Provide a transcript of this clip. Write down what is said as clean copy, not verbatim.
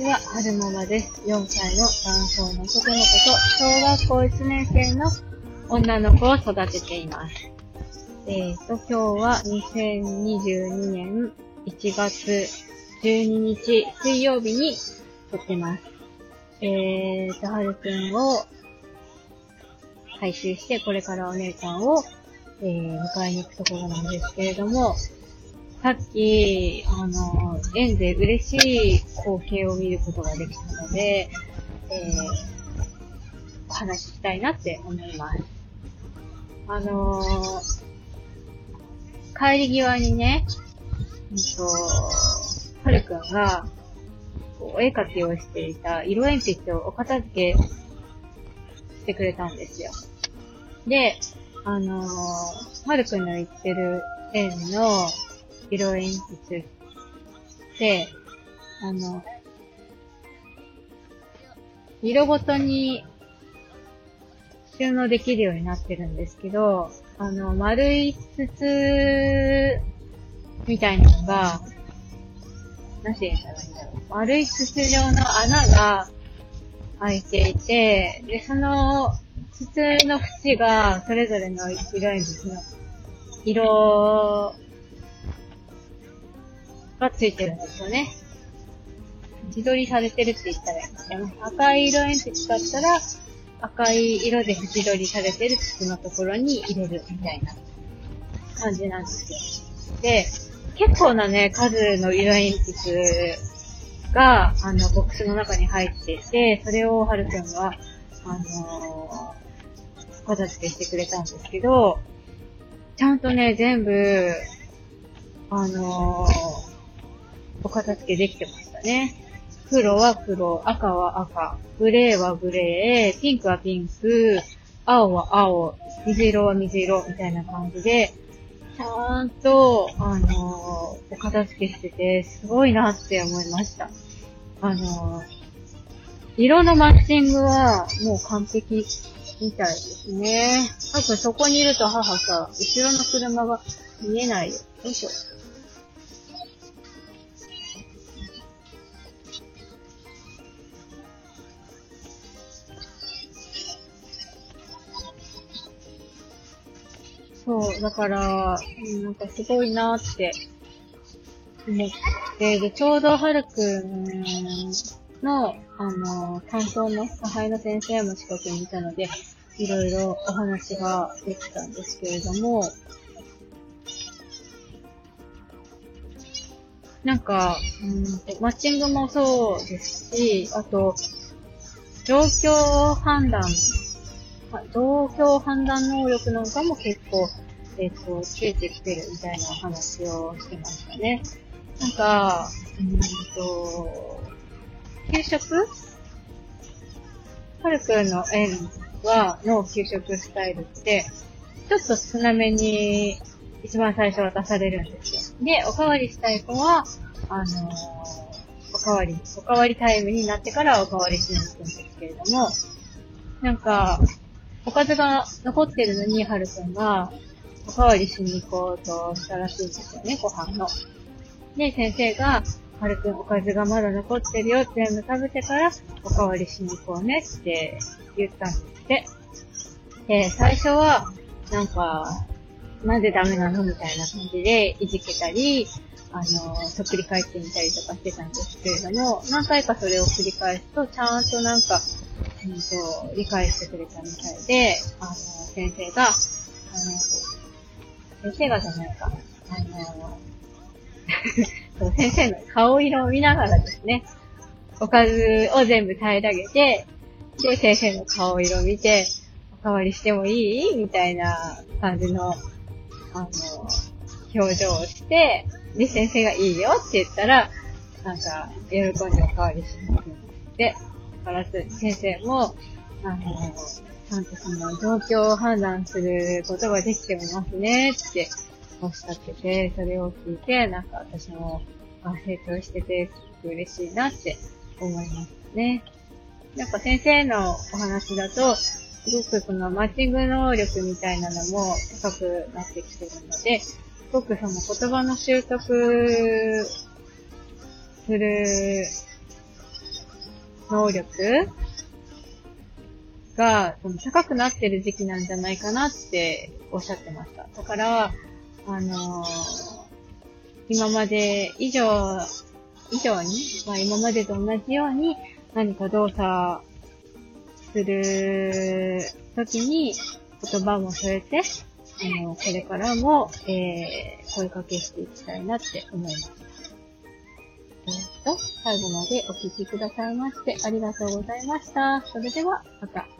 は、はるままです。4歳の男性の男の子と、小学校1年生の女の子を育てています。今日は2022年1月12日水曜日に撮ってます。はるくんを回収して、これからお姉ちゃんを、迎えに行くところなんですけれども、さっき、園で嬉しい光景を見ることができたので、お話ししたいなって思います。帰り際にね、はるくんが、お絵描きをしていた色鉛筆をお片付けしてくれたんですよ。で、はるくんの行ってる園の色鉛筆って、色ごとに収納できるようになってるんですけど、丸い筒みたいなのが、何て言うんだろう、丸い筒状の穴が開いていて、で、その筒の縁がそれぞれの色鉛筆の色がついてるんですよね。自撮りされてるって言ったらいいんですかね。赤い色鉛筆だったら、赤い色で縁取りされてる筒のところに入れるみたいな感じなんですよ。で、結構なね、数の色鉛筆が、ボックスの中に入っていて、それをはるくんが、片付けしてくれたんですけど、ちゃんとね、全部、お片付けできてましたね。黒は黒、赤は赤、グレーはグレー、ピンクはピンク、青は青、水色は水色みたいな感じで、ちゃんと、お片付けしてて、すごいなって思いました。色のマッチングはもう完璧みたいですね。多分そこにいると母さ、後ろの車が見えないよ。よいしょ。そう、だから、なんかすごいなーって思って、で、ちょうどはるくんの、担当の母親の先生も近くにいたので、いろいろお話ができたんですけれども、なんか、マッチングもそうですし、あと、状況判断能力なんかも結構、ついてきてるみたいなお話をしてましたね。なんか、給食はるくんの園の給食スタイルって、ちょっと少なめに一番最初渡されるんですよ。で、おかわりしたい子は、おかわりタイムになってからおかわりしに行くんですけれども、なんか、おかずが残ってるのに、はるくんが、おかわりしに行こうとしたらしいんですよね、ご飯の。で、先生が、はるくんおかずがまだ残ってるよ、全部食べてから、おかわりしに行こうねって言ったんですって。で、最初は、なんか、なんでダメなのみたいな感じでいじけたり、そっくり返ってみたりとかしてたんですけれども、何回かそれを繰り返すと、ちゃんとなんか、理解してくれたみたいで、先生がじゃないか、先生の顔色を見ながらですね、おかずを全部平らげて、で、先生の顔色を見て、おかわりしてもいいみたいな感じの、表情をして、で、先生がいいよって言ったら、なんか、喜んでおかわりしに行くんですって。だから先生も、ちゃんとその状況を判断することができてますねっておっしゃってて、それを聞いて、なんか私も成長しててすごく嬉しいなって思いますね。なんか先生のお話だと、すごくそのマッチング能力みたいなのも高くなってきてるので、すごくその言葉の習得する能力が高くなってる時期なんじゃないかなっておっしゃってました。だから、今まで以上に、今までと同じように何か動作するときに言葉も添えて、これからも、声かけしていきたいなって思います。最後までお聞きくださいましてありがとうございました。それではまた。